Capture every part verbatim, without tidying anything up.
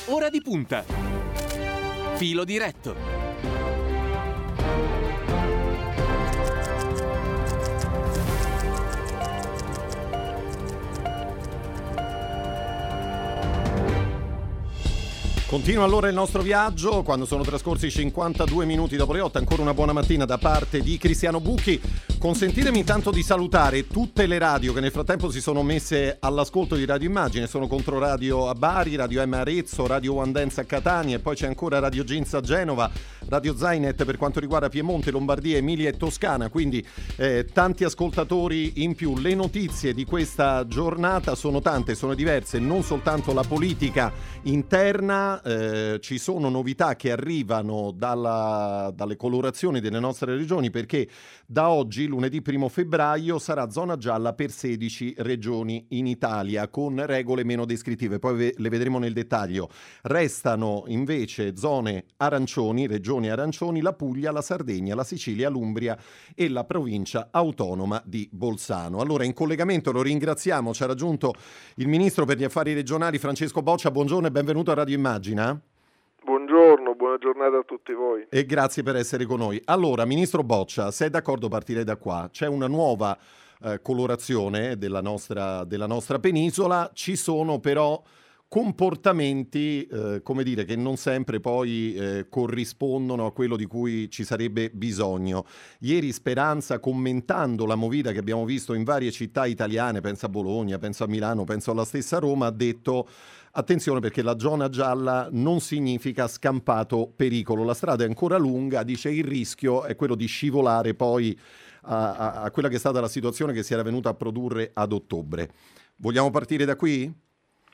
Ora di punta. Filo diretto. Continua allora il nostro viaggio quando sono trascorsi cinquantadue minuti dopo le otto. Ancora una buona mattina da parte di Cristiano Bucchi. Consentitemi intanto di salutare tutte le radio che nel frattempo si sono messe all'ascolto di Radio Immagine. Sono Controradio a Bari, Radio M a Arezzo, Radio One Dance a Catania e poi c'è ancora Radio Genza a Genova, Radio Zainet per quanto riguarda Piemonte, Lombardia, Emilia e Toscana. Quindi eh, tanti ascoltatori in più. Le notizie di questa giornata sono tante, sono diverse, non soltanto la politica interna. Eh, ci sono novità che arrivano dalla, dalle colorazioni delle nostre regioni, perché da oggi, lunedì primo febbraio, sarà zona gialla per sedici regioni in Italia con regole meno descrittive, poi ve- le vedremo nel dettaglio. Restano invece zone arancioni, regioni arancioni, la Puglia, la Sardegna, la Sicilia, l'Umbria e la provincia autonoma di Bolzano. Allora, in collegamento lo ringraziamo, ci ha raggiunto il ministro per gli affari regionali Francesco Boccia. Buongiorno e benvenuto a Radio Immagina. Buongiorno, buona giornata a tutti voi. E grazie per essere con noi. Allora, ministro Boccia, se è d'accordo partirei da qua. C'è una nuova eh, colorazione della nostra, della nostra penisola, ci sono però comportamenti, eh, come dire, che non sempre poi eh, corrispondono a quello di cui ci sarebbe bisogno. Ieri Speranza, commentando la movida che abbiamo visto in varie città italiane, penso a Bologna, penso a Milano, penso alla stessa Roma, ha detto: attenzione, perché la zona gialla non significa scampato pericolo. La strada è ancora lunga, dice, il rischio è quello di scivolare poi a, a, a quella che è stata la situazione che si era venuta a produrre ad ottobre. Vogliamo partire da qui?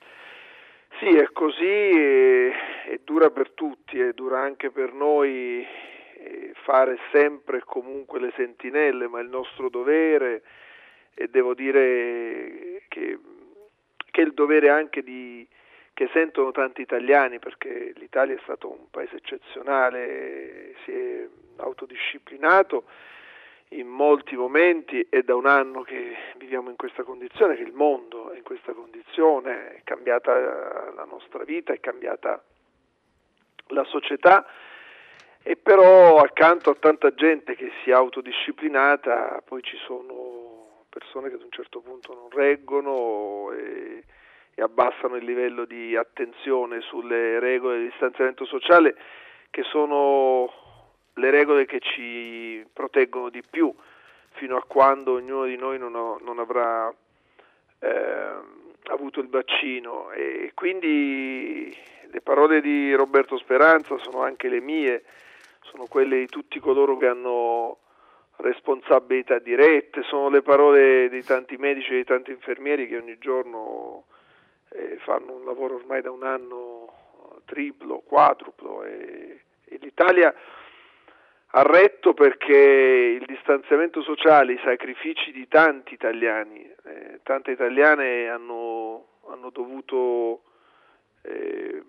Sì, è così, e, è dura per tutti, è dura anche per noi fare sempre e comunque le sentinelle, ma è il nostro dovere, e devo dire che, che è il dovere anche di che sentono tanti italiani, perché l'Italia è stato un paese eccezionale, si è autodisciplinato in molti momenti, è da un anno che viviamo in questa condizione, che il mondo è in questa condizione, è cambiata la nostra vita, è cambiata la società, e però accanto a tanta gente che si è autodisciplinata poi ci sono persone che ad un certo punto non reggono e, e abbassano il livello di attenzione sulle regole di distanziamento sociale, che sono le regole che ci proteggono di più, fino a quando ognuno di noi non, ho, non avrà eh, avuto il vaccino. E quindi le parole di Roberto Speranza sono anche le mie, sono quelle di tutti coloro che hanno responsabilità dirette, sono le parole di tanti medici e di tanti infermieri che ogni giorno eh, fanno un lavoro ormai da un anno triplo, quadruplo, e, e l'Italia ha retto perché il distanziamento sociale, i sacrifici di tanti italiani, eh, tante italiane hanno, hanno dovuto eh,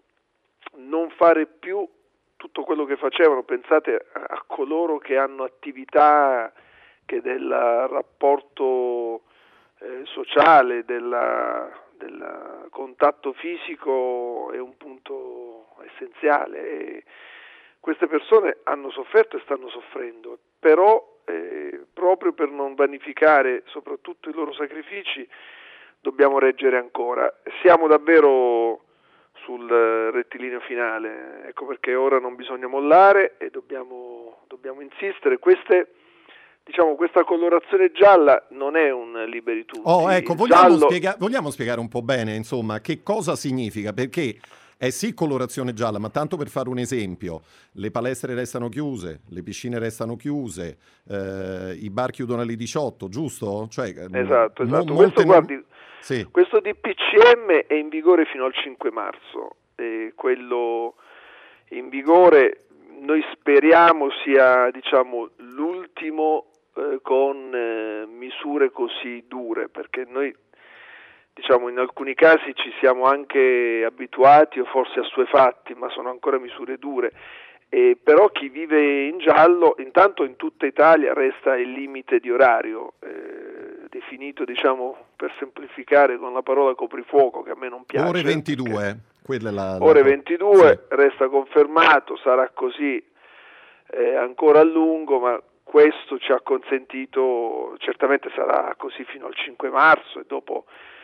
non fare più tutto quello che facevano. Pensate a, a coloro che hanno attività che del rapporto eh, sociale, della, del contatto fisico è un punto essenziale. E, queste persone hanno sofferto e stanno soffrendo, però eh, proprio per non vanificare soprattutto i loro sacrifici dobbiamo reggere ancora. Siamo davvero sul rettilineo finale, ecco perché ora non bisogna mollare e dobbiamo, dobbiamo insistere. Queste, diciamo, questa colorazione gialla non è un liberi tutti. Oh, ecco, vogliamo, giallo... spiega- vogliamo spiegare un po' bene, insomma, che cosa significa, perché è sì colorazione gialla, ma tanto per fare un esempio, le palestre restano chiuse, le piscine restano chiuse, eh, i bar chiudono alle diciotto, giusto? Cioè, esatto, mo- esatto. molte Questo, non... guardi, sì. questo D P C M è in vigore fino al cinque marzo, e quello in vigore noi speriamo sia, diciamo, l'ultimo eh, con eh, misure così dure, perché noi, diciamo, in alcuni casi ci siamo anche abituati o forse assuefatti, ma sono ancora misure dure. E però chi vive in giallo, intanto in tutta Italia resta il limite di orario, eh, definito, diciamo, per semplificare, con la parola coprifuoco, che a me non piace. Ore ventidue. Quella è la, la... ore ventidue, sì. Resta confermato, sarà così eh, ancora a lungo, ma questo ci ha consentito, certamente sarà così fino al cinque marzo e dopo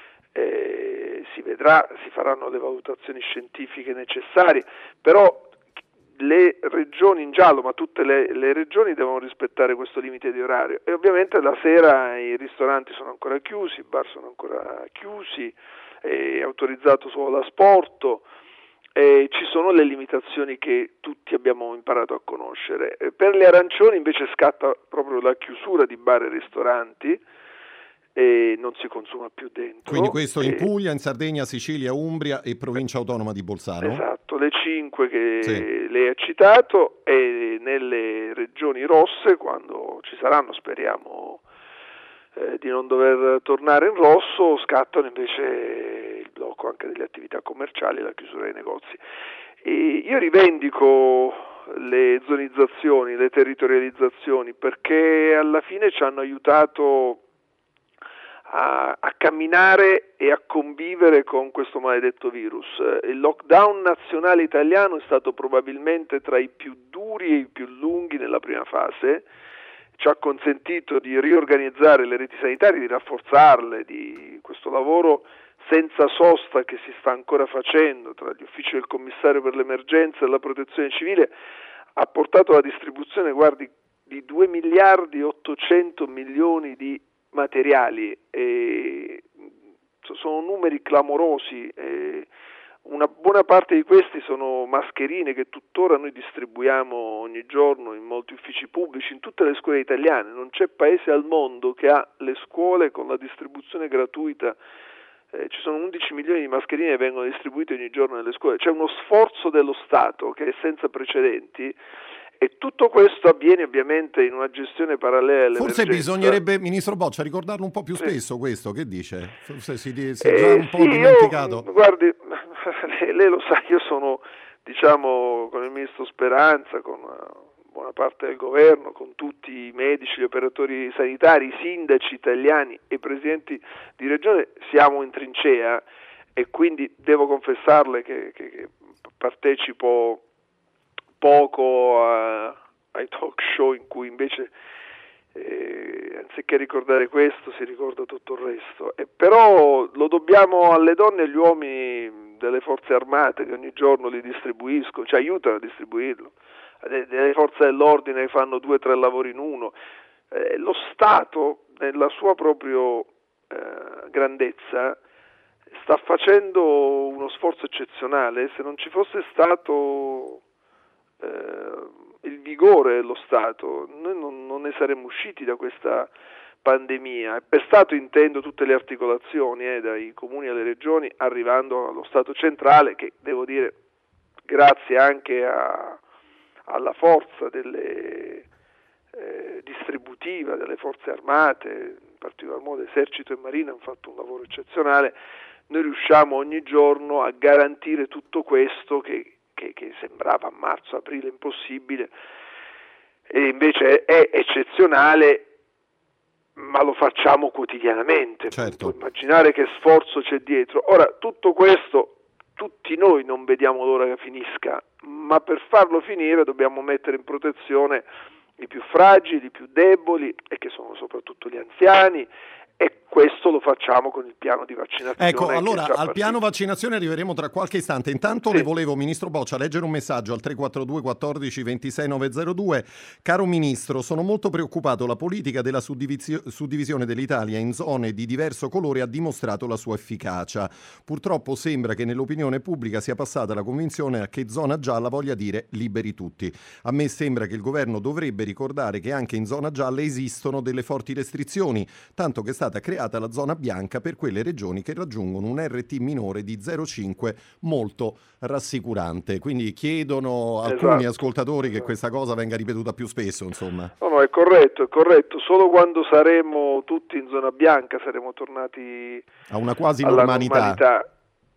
eh, si vedrà, si faranno le valutazioni scientifiche necessarie, però le regioni in giallo, ma tutte le, le regioni devono rispettare questo limite di orario e ovviamente la sera i ristoranti sono ancora chiusi, i bar sono ancora chiusi, è autorizzato solo l'asporto, e ci sono le limitazioni che tutti abbiamo imparato a conoscere. Per le arancioni invece scatta proprio la chiusura di bar e ristoranti e non si consuma più dentro. Quindi questo in e... Puglia, in Sardegna, Sicilia, Umbria e provincia autonoma di Bolzano? Esatto, le cinque che sì. lei ha citato, e nelle regioni rosse, quando ci saranno, speriamo eh, di non dover tornare in rosso, scattano invece il blocco anche delle attività commerciali e la chiusura dei negozi. E io rivendico le zonizzazioni, le territorializzazioni, perché alla fine ci hanno aiutato A, a camminare e a convivere con questo maledetto virus. Il lockdown nazionale italiano è stato probabilmente tra i più duri e i più lunghi nella prima fase, ci ha consentito di riorganizzare le reti sanitarie, di rafforzarle, di questo lavoro senza sosta che si sta ancora facendo tra gli uffici del commissario per l'emergenza e la protezione civile, ha portato alla distribuzione, guardi, di due miliardi e ottocento milioni di materiali, e sono numeri clamorosi, e una buona parte di questi sono mascherine che tuttora noi distribuiamo ogni giorno in molti uffici pubblici, in tutte le scuole italiane. Non c'è paese al mondo che ha le scuole con la distribuzione gratuita. Eh, ci sono undici milioni di mascherine che vengono distribuite ogni giorno nelle scuole. C'è uno sforzo dello Stato che è senza precedenti. E tutto questo avviene ovviamente in una gestione parallela all'emergenza. Forse bisognerebbe, Ministro Boccia, ricordarlo un po' più spesso sì. questo, che dice? Forse si, si è eh, già un po' sì, dimenticato. Io, guardi, lei, lei lo sa, io sono, diciamo, con il Ministro Speranza, con buona parte del governo, con tutti i medici, gli operatori sanitari, i sindaci italiani e i presidenti di regione, siamo in trincea, e quindi devo confessarle che, che, che partecipo poco a, ai talk show in cui invece eh, anziché ricordare questo si ricorda tutto il resto, e però lo dobbiamo alle donne e agli uomini delle forze armate che ogni giorno li distribuiscono, ci aiutano a distribuirlo, delle forze dell'ordine che fanno due o tre lavori in uno. Eh, lo Stato nella sua proprio eh, grandezza sta facendo uno sforzo eccezionale. Se non ci fosse stato Eh, il vigore dello Stato, noi non, non ne saremmo usciti da questa pandemia. E per Stato intendo tutte le articolazioni, eh, dai comuni alle regioni, arrivando allo Stato centrale, che devo dire, grazie anche a, alla forza delle, eh, distributiva delle forze armate, in particolar modo esercito e marina, hanno fatto un lavoro eccezionale. Noi riusciamo ogni giorno a garantire tutto questo che Che, che sembrava a marzo, aprile impossibile, e invece è, è eccezionale, ma lo facciamo quotidianamente. Certo. Puoi immaginare che sforzo c'è dietro. Ora, tutto questo tutti noi non vediamo l'ora che finisca, ma per farlo finire dobbiamo mettere in protezione i più fragili, i più deboli, e che sono soprattutto gli anziani, e questo lo facciamo con il piano di vaccinazione. Ecco, allora al partito. piano vaccinazione arriveremo tra qualche istante. Intanto sì. le volevo, Ministro Boccia, leggere un messaggio al tre quattro due quattordici ventisei novecentodue. Caro Ministro, sono molto preoccupato. La politica della suddivizio- suddivisione dell'Italia in zone di diverso colore ha dimostrato la sua efficacia. Purtroppo sembra che nell'opinione pubblica sia passata la convinzione che zona gialla voglia dire liberi tutti. A me sembra che il governo dovrebbe ricordare che anche in zona gialla esistono delle forti restrizioni, tanto che sta stata creata la zona bianca per quelle regioni che raggiungono un R T minore di zero virgola cinque, molto rassicurante. Quindi chiedono alcuni esatto. ascoltatori esatto. che questa cosa venga ripetuta più spesso, insomma. No, no, è corretto, è corretto. Solo quando saremo tutti in zona bianca saremo tornati a una quasi alla normalità. normalità.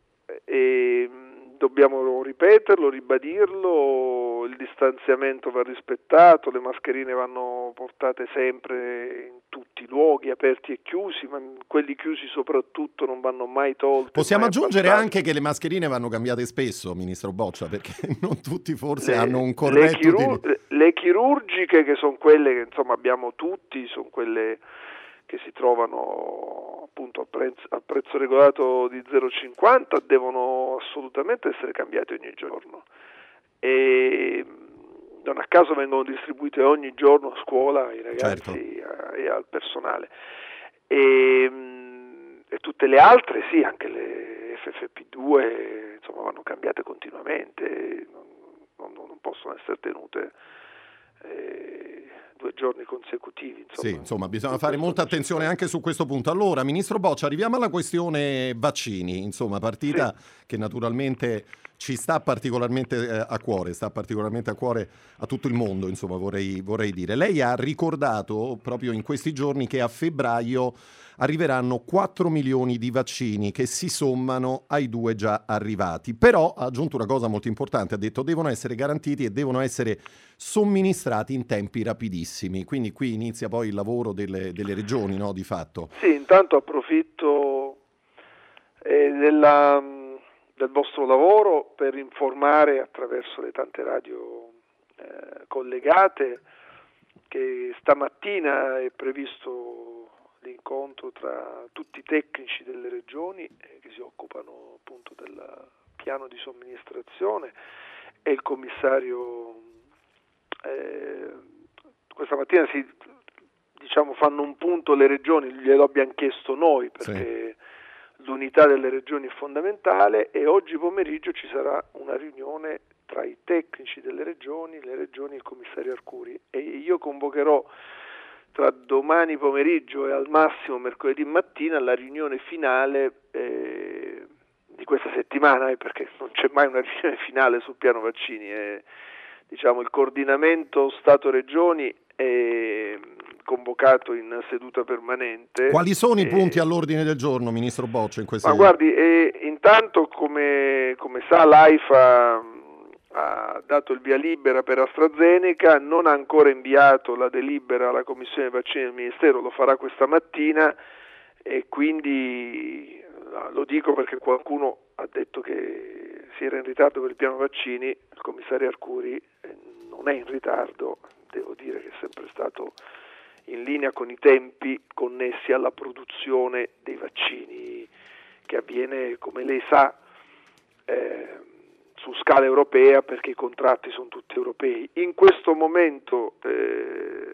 E dobbiamo ripeterlo, ribadirlo, il distanziamento va rispettato, le mascherine vanno portate sempre in tutti tutti i luoghi aperti e chiusi, ma quelli chiusi soprattutto non vanno mai tolti. Possiamo mai aggiungere abbassati. anche che le mascherine vanno cambiate spesso, Ministro Boccia, perché non tutti forse le, hanno un le, corretto... chiru- di... le chirurgiche, che sono quelle che insomma abbiamo tutti, sono quelle che si trovano appunto a prezzo, a prezzo regolato di zero virgola cinquanta, devono assolutamente essere cambiate ogni giorno. E non a caso vengono distribuite ogni giorno a scuola ai ragazzi, certo, e al personale. E, e tutte le altre, sì, anche le F F P due, insomma, vanno cambiate continuamente, non, non, non possono essere tenute eh, due giorni consecutivi. Insomma. Sì, insomma, bisogna fare molta attenzione anche su questo punto. Allora, Ministro Boccia, arriviamo alla questione vaccini, insomma, partita sì. che naturalmente ci sta particolarmente eh, a cuore, sta particolarmente a cuore a tutto il mondo, insomma, vorrei, vorrei dire. Lei ha ricordato proprio in questi giorni che a febbraio arriveranno quattro milioni di vaccini che si sommano ai due già arrivati. Però ha aggiunto una cosa molto importante, ha detto devono essere garantiti e devono essere somministrati in tempi rapidissimi. Quindi qui inizia poi il lavoro delle, delle regioni, no, di fatto. Sì, intanto approfitto eh, della, del vostro lavoro per informare attraverso le tante radio eh, collegate che stamattina è previsto l'incontro tra tutti i tecnici delle regioni eh, che si occupano appunto del piano di somministrazione e il commissario. Eh, questa mattina si diciamo fanno un punto le regioni, glielo abbiamo chiesto noi perché sì. l'unità delle regioni è fondamentale, e oggi pomeriggio ci sarà una riunione tra i tecnici delle regioni, le regioni e il commissario Arcuri, e io convocherò tra domani pomeriggio e al massimo mercoledì mattina la riunione finale eh, di questa settimana, eh, perché non c'è mai una riunione finale sul piano vaccini, eh, diciamo il coordinamento Stato-Regioni è convocato in seduta permanente. Quali sono eh, i punti all'ordine del giorno, Ministro Boccia, in queste... Ma guardi, eh, intanto come, come sa l'AIFA ha dato il via libera per AstraZeneca, non ha ancora inviato la delibera alla Commissione dei vaccini del Ministero, lo farà questa mattina, e quindi lo dico perché qualcuno ha detto che si era in ritardo per il piano vaccini. Il commissario Arcuri non è in ritardo, devo dire che è sempre stato in linea con i tempi connessi alla produzione dei vaccini, che avviene, come lei sa, eh, su scala europea, perché i contratti sono tutti europei. In questo momento eh,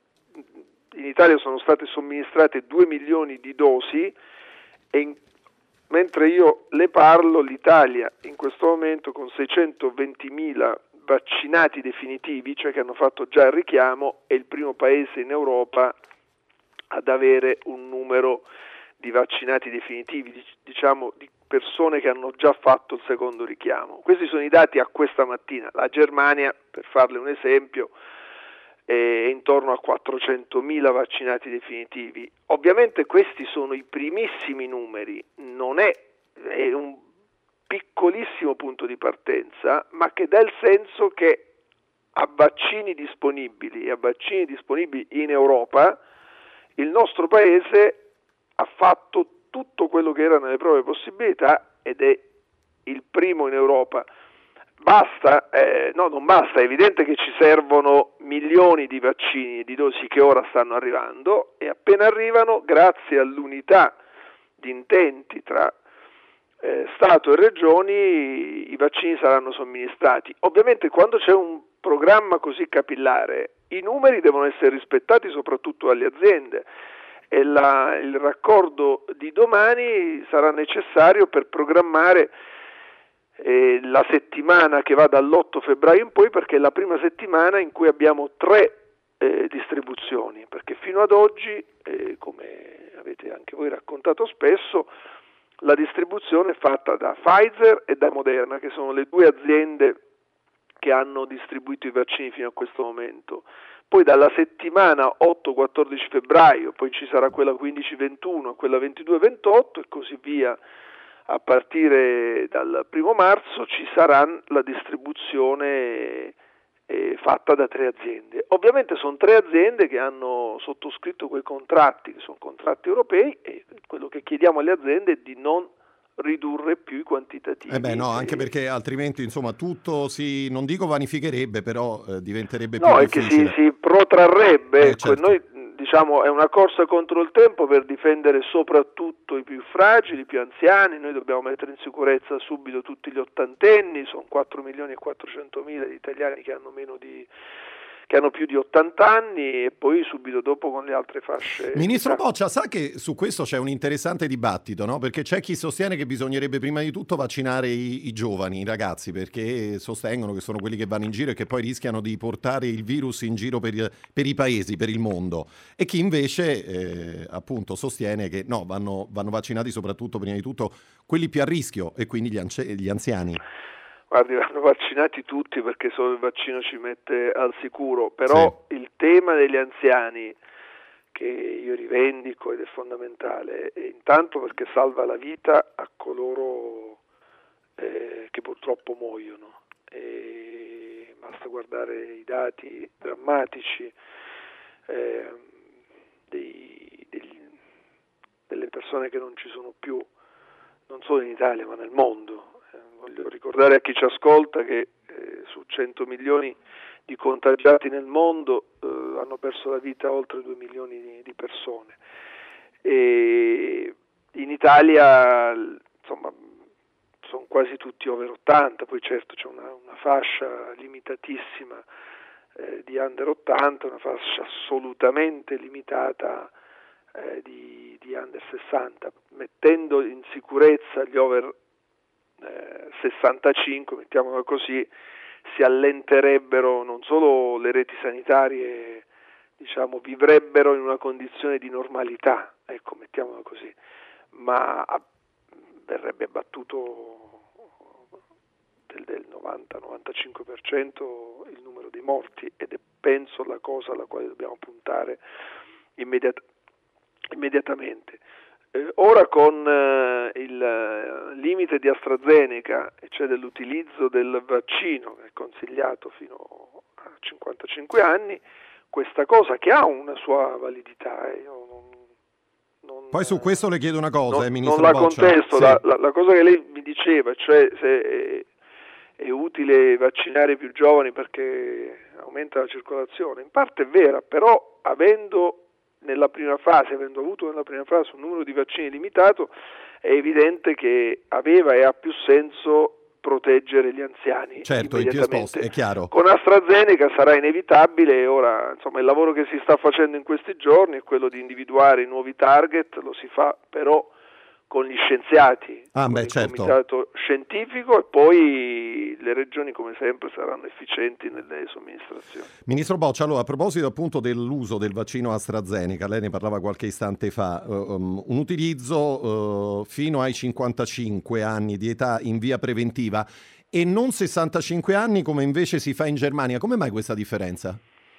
in Italia sono state somministrate due milioni di dosi e in, mentre io le parlo, l'Italia in questo momento con seicentoventimila vaccinati definitivi, cioè che hanno fatto già il richiamo, è il primo paese in Europa ad avere un numero di vaccinati definitivi, diciamo di persone che hanno già fatto il secondo richiamo. Questi sono i dati a questa mattina. La Germania, per farle un esempio, è intorno a quattrocentomila vaccinati definitivi. Ovviamente questi sono i primissimi numeri, non è, è un piccolissimo punto di partenza, ma che dà il senso che a vaccini disponibili e a vaccini disponibili in Europa il nostro paese ha fatto tutto quello che era nelle proprie possibilità ed è il primo in Europa. Basta? Eh, no, non basta, è evidente che ci servono milioni di vaccini, di dosi che ora stanno arrivando, e appena arrivano, grazie all'unità di intenti tra eh, Stato e Regioni, i vaccini saranno somministrati. Ovviamente quando c'è un programma così capillare, i numeri devono essere rispettati soprattutto dalle aziende, e la, il raccordo di domani sarà necessario per programmare eh, la settimana che va dall'otto febbraio in poi, perché è la prima settimana in cui abbiamo tre eh, distribuzioni, perché fino ad oggi, eh, come avete anche voi raccontato spesso, la distribuzione è fatta da Pfizer e da Moderna, che sono le due aziende che hanno distribuito i vaccini fino a questo momento. Poi dalla settimana otto quattordici febbraio, poi ci sarà quella quindici ventuno, quella ventidue ventotto e così via. A partire dal primo marzo ci sarà la distribuzione eh, fatta da tre aziende. Ovviamente sono tre aziende che hanno sottoscritto quei contratti, che sono contratti europei, e quello che chiediamo alle aziende è di non ridurre più i quantitativi. Eh beh no, anche perché altrimenti insomma tutto si, non dico vanificherebbe, però eh, diventerebbe no, più è difficile. che si, si protrarrebbe, eh, ecco, certo. Noi diciamo è una corsa contro il tempo per difendere soprattutto i più fragili, i più anziani. Noi dobbiamo mettere in sicurezza subito tutti gli ottantenni, sono quattro milioni e quattrocentomila gli italiani che hanno meno di che hanno più di ottanta anni, e poi subito dopo con le altre fasce. Ministro Boccia, sa che su questo c'è un interessante dibattito, no? Perché c'è chi sostiene che bisognerebbe prima di tutto vaccinare i, i giovani, i ragazzi, perché sostengono che sono quelli che vanno in giro e che poi rischiano di portare il virus in giro per, per i paesi, per il mondo, e chi invece eh, appunto sostiene che no, vanno, vanno vaccinati soprattutto prima di tutto quelli più a rischio, e quindi gli, anci- gli anziani. Guardi, vanno vaccinati tutti perché solo il vaccino ci mette al sicuro, però sì. Il tema degli anziani, che io rivendico ed è fondamentale, è intanto perché salva la vita a coloro eh, che purtroppo muoiono, e basta guardare i dati drammatici eh, dei, degli, delle persone che non ci sono più, non solo in Italia ma nel mondo. Voglio ricordare a chi ci ascolta che eh, su cento milioni di contagiati nel mondo eh, hanno perso la vita oltre due milioni di, di persone. E in Italia insomma sono quasi tutti over ottanta, poi certo c'è una, una fascia limitatissima eh, di under ottanta, una fascia assolutamente limitata eh, di, di under sessanta, mettendo in sicurezza gli over Eh, sessantacinque, mettiamola così, si allenterebbero non solo le reti sanitarie, diciamo, vivrebbero in una condizione di normalità, ecco, mettiamola così, ma a, verrebbe abbattuto del, del novanta novantacinque per cento il numero dei morti, ed è penso la cosa alla quale dobbiamo puntare immediat- immediatamente. Eh, ora con eh, il eh, limite di AstraZeneca, e cioè dell'utilizzo del vaccino che è consigliato fino a cinquantacinque anni, questa cosa che ha una sua validità, eh, io non, non, poi su questo le chiedo una cosa, non, eh, Ministro non la Boccia. contesto, sì. la, la, la cosa che lei mi diceva, cioè se è, è utile vaccinare i più giovani perché aumenta la circolazione, in parte è vera, però avendo nella prima fase, avendo avuto nella prima fase un numero di vaccini limitato, è evidente che aveva e ha più senso proteggere gli anziani. Certo, i più esposti, è chiaro. Con AstraZeneca sarà inevitabile, e ora insomma il lavoro che si sta facendo in questi giorni è quello di individuare i nuovi target, lo si fa però con gli scienziati, ah, con beh, il certo. comitato scientifico, e poi le regioni come sempre saranno efficienti nelle somministrazioni. Ministro Boccia, allora a proposito appunto dell'uso del vaccino AstraZeneca, lei ne parlava qualche istante fa, um, un utilizzo uh, fino ai cinquantacinque anni di età in via preventiva e non sessantacinque anni come invece si fa in Germania, come mai questa differenza?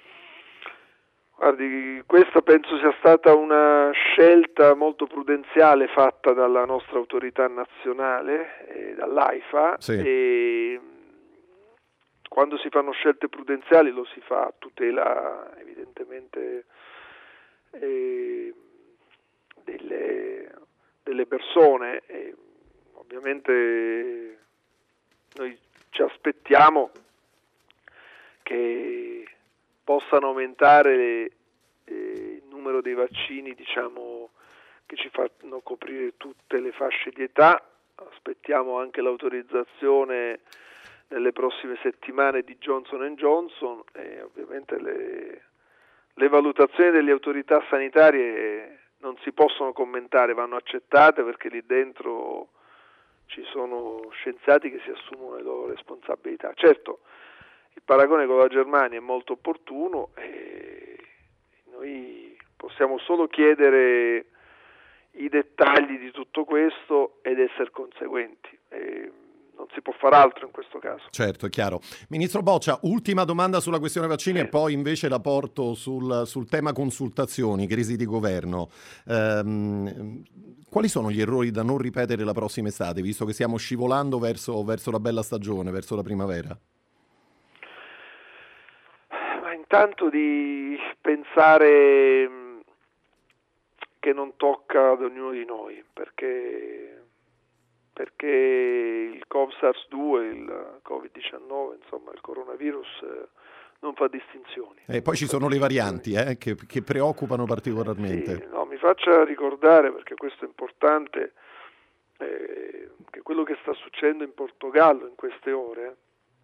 Guardi, questa penso sia stata una scelta molto prudenziale fatta dalla nostra autorità nazionale, eh, dall'AIFA, sì. E quando si fanno scelte prudenziali lo si fa a tutela evidentemente eh, delle, delle persone, e ovviamente noi ci aspettiamo che possano aumentare le, eh, il numero dei vaccini, diciamo, che ci fanno coprire tutte le fasce di età. Aspettiamo anche l'autorizzazione nelle prossime settimane di Johnson and Johnson, e ovviamente le, le valutazioni delle autorità sanitarie non si possono commentare, vanno accettate perché lì dentro ci sono scienziati che si assumono le loro responsabilità. Certo, il paragone con la Germania è molto opportuno e noi possiamo solo chiedere i dettagli di tutto questo ed essere conseguenti. E non si può fare altro in questo caso. Certo, è chiaro. Ministro Boccia, ultima domanda sulla questione vaccini, sì. E poi invece la porto sul, sul tema consultazioni, crisi di governo. Ehm, quali sono gli errori da non ripetere la prossima estate, visto che stiamo scivolando verso, verso la bella stagione, verso la primavera? tanto di pensare che non tocca ad ognuno di noi, perché, perché il SARS due, il covid diciannove, insomma il coronavirus eh, non fa distinzioni. E poi ci sono le varianti eh, che, che preoccupano particolarmente. Sì, no, mi faccia ricordare, perché questo è importante, eh, che quello che sta succedendo in Portogallo in queste ore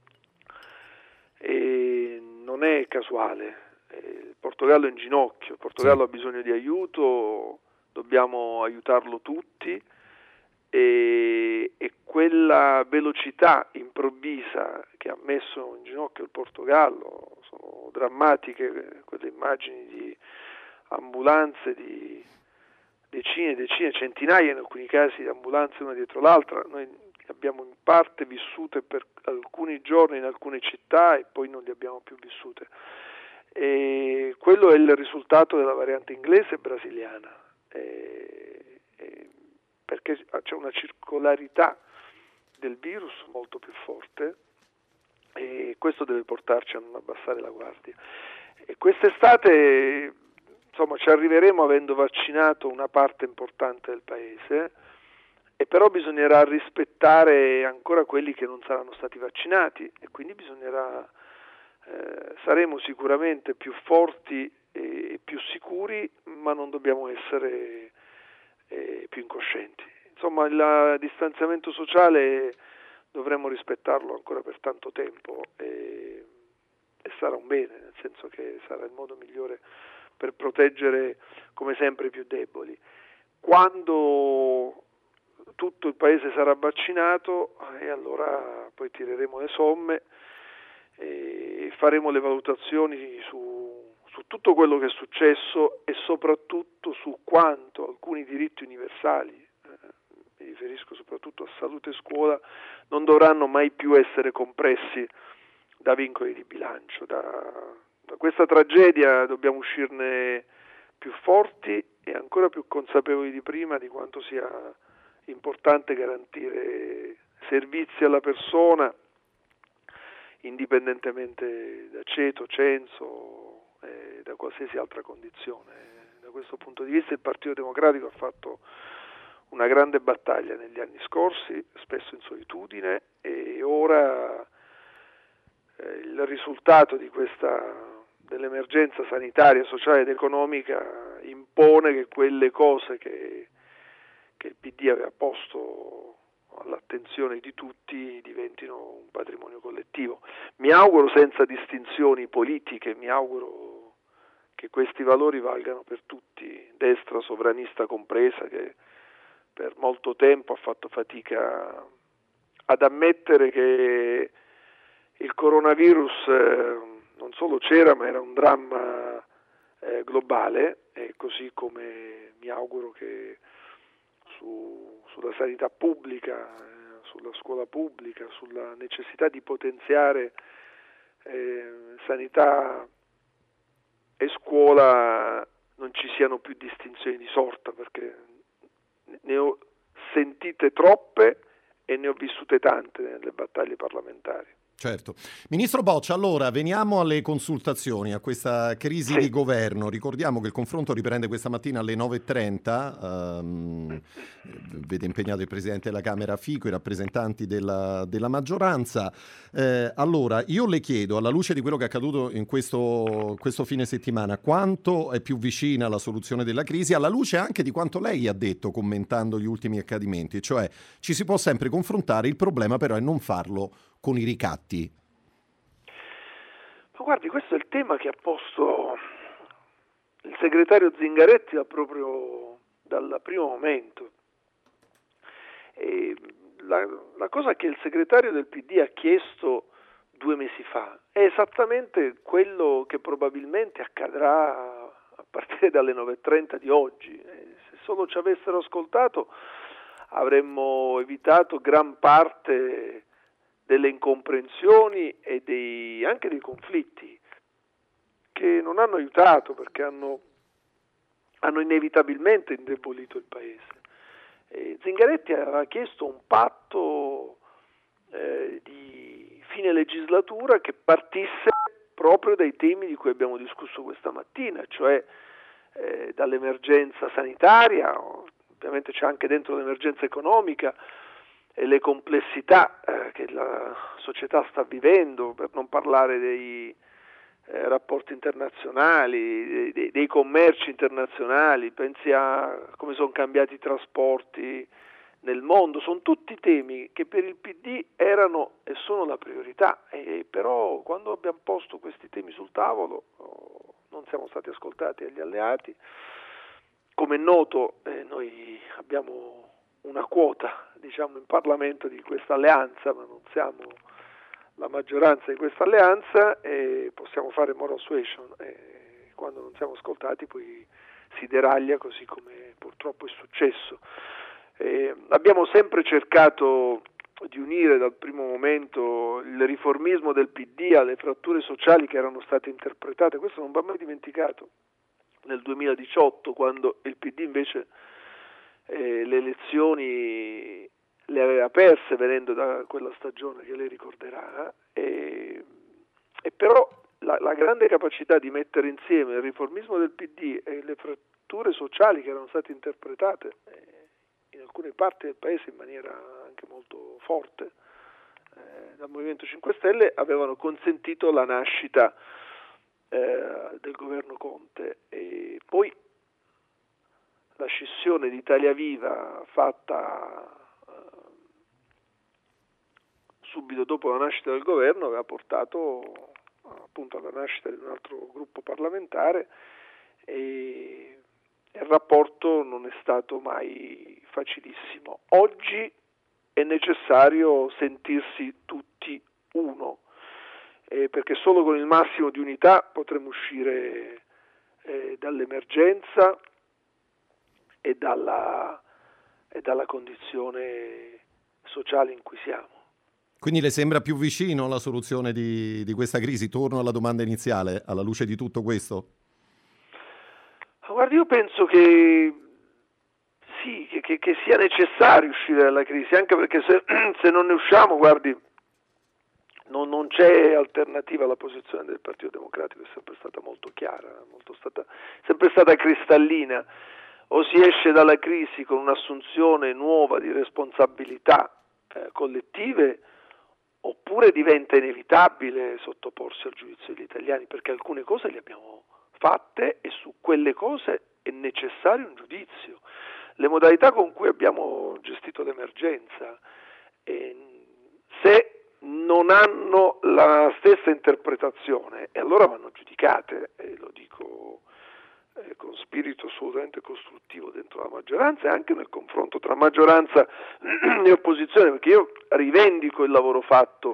eh, non è casuale. Il Portogallo è in ginocchio, il Portogallo sì. ha bisogno di aiuto, dobbiamo aiutarlo tutti e, e quella velocità improvvisa che ha messo in ginocchio il Portogallo, sono drammatiche quelle immagini di ambulanze, di decine e decine, centinaia in alcuni casi di ambulanze una dietro l'altra. Noi abbiamo in parte vissute per alcuni giorni in alcune città e poi non le abbiamo più vissute. E quello è il risultato della variante inglese e brasiliana, e, e perché c'è una circolarità del virus molto più forte e questo deve portarci a non abbassare la guardia. E quest'estate, insomma, ci arriveremo avendo vaccinato una parte importante del paese, e però bisognerà rispettare ancora quelli che non saranno stati vaccinati e quindi bisognerà Eh, saremo sicuramente più forti e più sicuri, ma non dobbiamo essere eh, più incoscienti. Insomma, il distanziamento sociale dovremo rispettarlo ancora per tanto tempo e, e sarà un bene, nel senso che sarà il modo migliore per proteggere come sempre i più deboli. Quando tutto il paese sarà vaccinato, e eh, allora poi tireremo le somme e faremo le valutazioni su, su tutto quello che è successo e soprattutto su quanto alcuni diritti universali, eh, mi riferisco soprattutto a salute e scuola, non dovranno mai più essere compressi da vincoli di bilancio. Da, da questa tragedia dobbiamo uscirne più forti e ancora più consapevoli di prima di quanto sia importante garantire servizi alla persona, indipendentemente da ceto, censo, eh, da qualsiasi altra condizione. Da questo punto di vista il Partito Democratico ha fatto una grande battaglia negli anni scorsi, spesso in solitudine, e ora eh, il risultato di questa dell'emergenza sanitaria, sociale ed economica impone che quelle cose che, che il P D aveva posto all'attenzione di tutti diventino un patrimonio collettivo. Mi auguro senza distinzioni politiche, mi auguro che questi valori valgano per tutti, destra sovranista compresa, che per molto tempo ha fatto fatica ad ammettere che il coronavirus eh, non solo c'era, ma era un dramma eh, globale, e così come mi auguro che su, sulla sanità pubblica, eh, sulla scuola pubblica, sulla necessità di potenziare eh, sanità e scuola non ci siano più distinzioni di sorta, perché ne ho sentite troppe e ne ho vissute tante nelle battaglie parlamentari. Certo. Ministro Boccia, allora veniamo alle consultazioni, a questa crisi sì. di governo. Ricordiamo che il confronto riprende questa mattina alle nove e trenta, um, vede impegnato il Presidente della Camera Fico, i rappresentanti della, della maggioranza. Eh, allora, io le chiedo, alla luce di quello che è accaduto in questo, questo fine settimana, quanto è più vicina alla soluzione della crisi, alla luce anche di quanto lei ha detto commentando gli ultimi accadimenti, cioè ci si può sempre confrontare, il problema però è non farlo con i ricatti. Ma guardi, questo è il tema che ha posto il segretario Zingaretti da proprio dal primo momento. E la, la cosa che il segretario del P D ha chiesto due mesi fa è esattamente quello che probabilmente accadrà a partire dalle nove e trenta di oggi. E se solo ci avessero ascoltato avremmo evitato gran parte delle incomprensioni e dei, anche dei conflitti che non hanno aiutato, perché hanno, hanno inevitabilmente indebolito il Paese. E Zingaretti aveva chiesto un patto eh, di fine legislatura che partisse proprio dai temi di cui abbiamo discusso questa mattina, cioè eh, dall'emergenza sanitaria, ovviamente c'è anche dentro l'emergenza economica e le complessità eh, che la società sta vivendo, per non parlare dei eh, rapporti internazionali, dei, dei commerci internazionali, pensi a come sono cambiati i trasporti nel mondo, sono tutti temi che per il P D erano e sono la priorità, e però quando abbiamo posto questi temi sul tavolo oh, non siamo stati ascoltati dagli alleati. Come è noto eh, noi abbiamo una quota, diciamo, in Parlamento di questa alleanza, ma non siamo la maggioranza di questa alleanza e possiamo fare moral suasion, e quando non siamo ascoltati poi si deraglia, così come purtroppo è successo. Eh, abbiamo sempre cercato di unire dal primo momento il riformismo del P D alle fratture sociali che erano state interpretate, questo non va mai dimenticato, nel duemiladiciotto, quando il P D invece eh, le elezioni le aveva perse venendo da quella stagione che lei ricorderà, e, e però la, la grande capacità di mettere insieme il riformismo del P D e le fratture sociali che erano state interpretate eh, in alcune parti del paese in maniera anche molto forte eh, dal Movimento cinque Stelle avevano consentito la nascita eh, del governo Conte. E poi la scissione di Italia Viva fatta eh, subito dopo la nascita del governo aveva portato appunto alla nascita di un altro gruppo parlamentare, e il rapporto non è stato mai facilissimo. Oggi è necessario sentirsi tutti uno, eh, perché solo con il massimo di unità potremo uscire eh, dall'emergenza e dalla, e dalla condizione sociale in cui siamo. Quindi le sembra più vicino la soluzione di, di questa crisi? Torno alla domanda iniziale, alla luce di tutto questo. Guardi, io penso che sì, che, che, che sia necessario uscire dalla crisi, anche perché se, se non ne usciamo, guardi, non, non c'è alternativa alla posizione del Partito Democratico, è sempre stata molto chiara, molto stata, sempre stata cristallina. O si esce dalla crisi con un'assunzione nuova di responsabilità eh, collettive, oppure diventa inevitabile sottoporsi al giudizio degli italiani, perché alcune cose le abbiamo fatte e su quelle cose è necessario un giudizio. Le modalità con cui abbiamo gestito l'emergenza, eh, se non hanno la stessa interpretazione, e allora vanno giudicate, e lo dico eh, con spirito assolutamente costruttivo dentro la maggioranza e anche nel confronto tra maggioranza e opposizione, perché io rivendico il lavoro fatto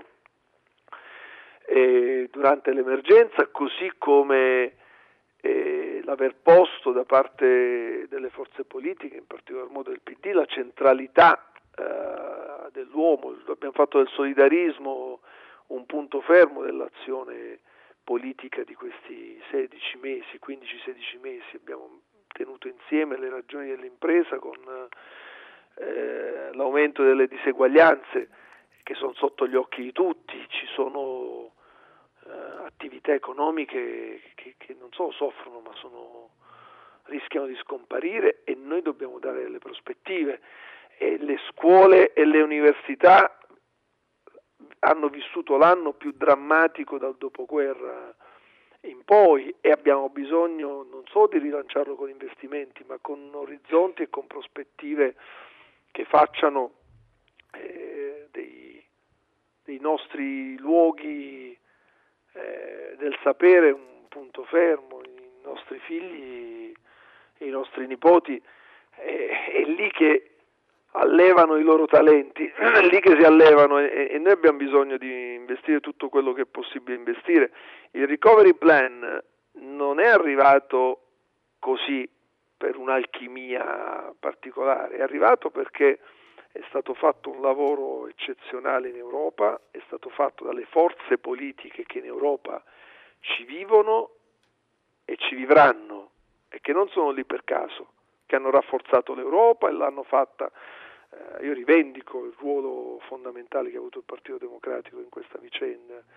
eh, durante l'emergenza, così come eh, l'aver posto da parte delle forze politiche, in particolar modo del P D, la centralità eh, dell'uomo. Abbiamo fatto del solidarismo un punto fermo dell'azione politica di questi sedici mesi, quindici sedici mesi. Abbiamo tenuto insieme le ragioni dell'impresa con eh, l'aumento delle diseguaglianze che sono sotto gli occhi di tutti. Ci sono attività economiche che, che non solo soffrono, ma sono, rischiano di scomparire, e noi dobbiamo dare delle prospettive. E le scuole e le università hanno vissuto l'anno più drammatico dal dopoguerra in poi, e abbiamo bisogno non solo di rilanciarlo con investimenti, ma con orizzonti e con prospettive che facciano eh, dei, dei nostri luoghi Eh, del sapere un punto fermo. I nostri figli e i nostri nipoti eh, è lì che allevano i loro talenti, è lì che si allevano, e, e noi abbiamo bisogno di investire tutto quello che è possibile investire. Il recovery plan non è arrivato così per un'alchimia particolare, è arrivato perché è stato fatto un lavoro eccezionale in Europa, è stato fatto dalle forze politiche che in Europa ci vivono e ci vivranno, e che non sono lì per caso, che hanno rafforzato l'Europa e l'hanno fatta. Eh, io rivendico il ruolo fondamentale che ha avuto il Partito Democratico in questa vicenda,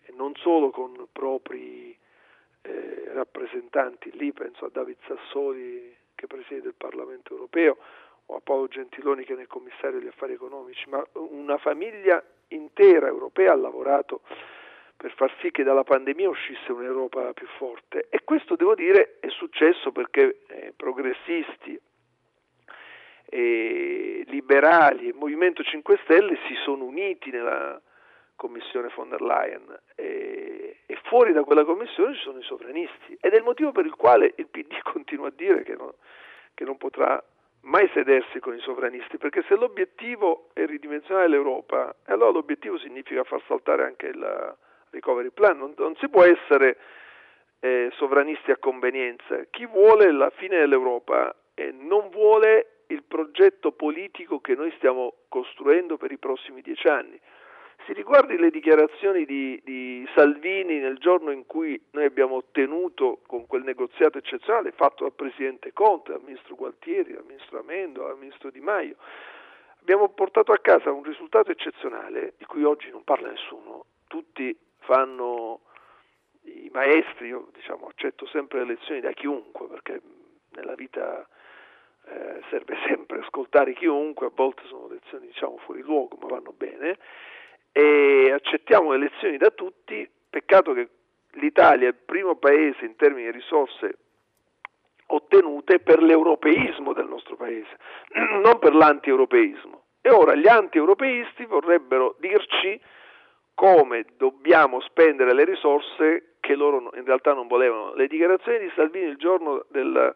e non solo con propri eh, rappresentanti lì, penso a David Sassoli che presiede il Parlamento europeo o a Paolo Gentiloni che è il commissario agli affari economici, ma una famiglia intera europea ha lavorato per far sì che dalla pandemia uscisse un'Europa più forte, e questo devo dire è successo perché eh, progressisti, e liberali e Movimento cinque Stelle si sono uniti nella Commissione von der Leyen, e, e fuori da quella commissione ci sono i sovranisti, ed è il motivo per il quale il P D continua a dire che, no, che non potrà mai sedersi con i sovranisti, perché se l'obiettivo è ridimensionare l'Europa, allora l'obiettivo significa far saltare anche il recovery plan. Non, non si può essere eh, sovranisti a convenienza. Chi vuole la fine dell'Europa eh, non vuole il progetto politico che noi stiamo costruendo per i prossimi dieci anni. Si riguardi le dichiarazioni di, di Salvini nel giorno in cui noi abbiamo ottenuto con quel negoziato eccezionale fatto dal Presidente Conte, dal Ministro Gualtieri, dal Ministro Amendola, dal Ministro Di Maio, abbiamo portato a casa un risultato eccezionale di cui oggi non parla nessuno. Tutti fanno i maestri, io diciamo accetto sempre le lezioni da chiunque, perché nella vita eh, serve sempre ascoltare chiunque, a volte sono lezioni diciamo fuori luogo ma vanno bene, e accettiamo le lezioni da tutti. Peccato che l'Italia è il primo paese in termini di risorse ottenute per l'europeismo del nostro paese, non per l'anti-europeismo, e ora gli anti-europeisti vorrebbero dirci come dobbiamo spendere le risorse che loro in realtà non volevano. Le dichiarazioni di Salvini il giorno del,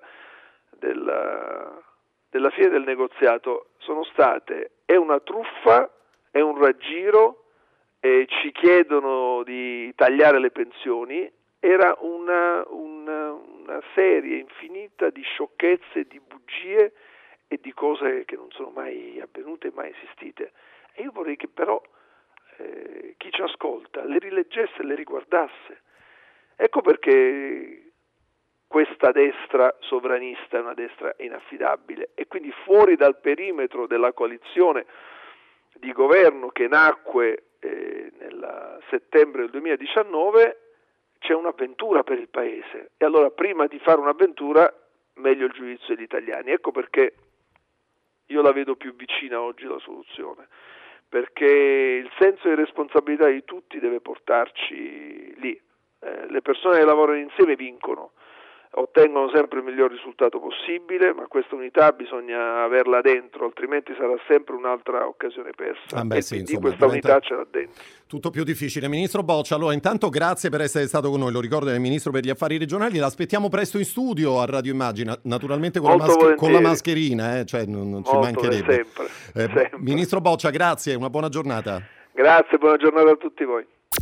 del, della fine del negoziato sono state: è una truffa, è un raggiro, eh, ci chiedono di tagliare le pensioni. Era una, una, una serie infinita di sciocchezze, di bugie e di cose che non sono mai avvenute, mai esistite. E io vorrei che però Eh, chi ci ascolta le rileggesse e le riguardasse. Ecco perché questa destra sovranista è una destra inaffidabile, e quindi fuori dal perimetro della coalizione di governo che nacque eh, nel settembre del duemiladiciannove c'è un'avventura per il paese, e allora prima di fare un'avventura meglio il giudizio degli italiani. Ecco perché io la vedo più vicina oggi la soluzione, perché il senso di responsabilità di tutti deve portarci lì. Eh, le persone che lavorano insieme vincono, ottengono sempre il miglior risultato possibile, ma questa unità bisogna averla dentro, altrimenti sarà sempre un'altra occasione persa. Ah beh, e sì, quindi insomma, questa unità ce l'ha dentro. Tutto più difficile. Ministro Boccia, allora intanto grazie per essere stato con noi, lo ricordo, è il Ministro per gli Affari Regionali, l'aspettiamo presto in studio a Radio Immagina, naturalmente con, la, mascher- con la mascherina, eh? Cioè non, non ci mancherebbe. Sempre, eh, sempre. Ministro Boccia, grazie, una buona giornata. Grazie, buona giornata a tutti voi.